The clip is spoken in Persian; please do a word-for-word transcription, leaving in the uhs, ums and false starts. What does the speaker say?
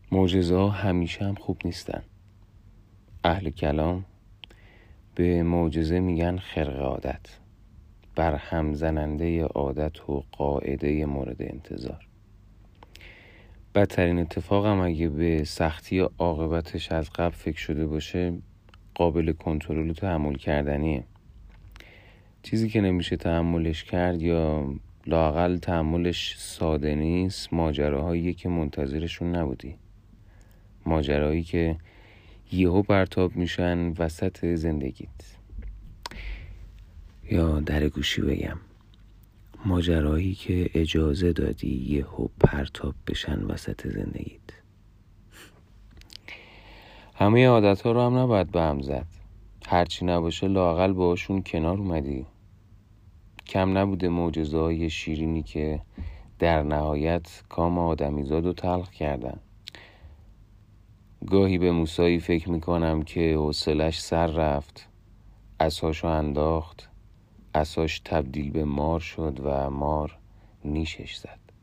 معجزه ها همیشه هم خوب نیستن. اهل کلام به معجزه میگن خرق عادت، بر هم زننده عادت و قاعده مورد انتظار. بدترین اتفاق هم اگه به سختی عاقبتش از قبل فکر شده باشه قابل کنترل و تحمل کردنیه. چیزی که نمیشه تحملش کرد یا لااقل تحملش ساده نیست ماجراهایی که منتظرشون نبودی، ماجرایی که یهو پرتاب میشن وسط زندگیت. یا در گوشی بگم ماجرایی که اجازه دادی یهو پرتاب بشن وسط زندگیت. همه عادت ها رو هم نباید به هم زد. هرچی نباشه لااقل باهاشون کنار اومدی. کم نبوده معجزه‌های شیرینی که در نهایت کام آدمیزاد رو تلخ کردن. گاهی به موسی فکر میکنم که حوصله‌اش سر رفت، عصاشو انداخت، عصاش تبدیل به مار شد و مار نیشش زد.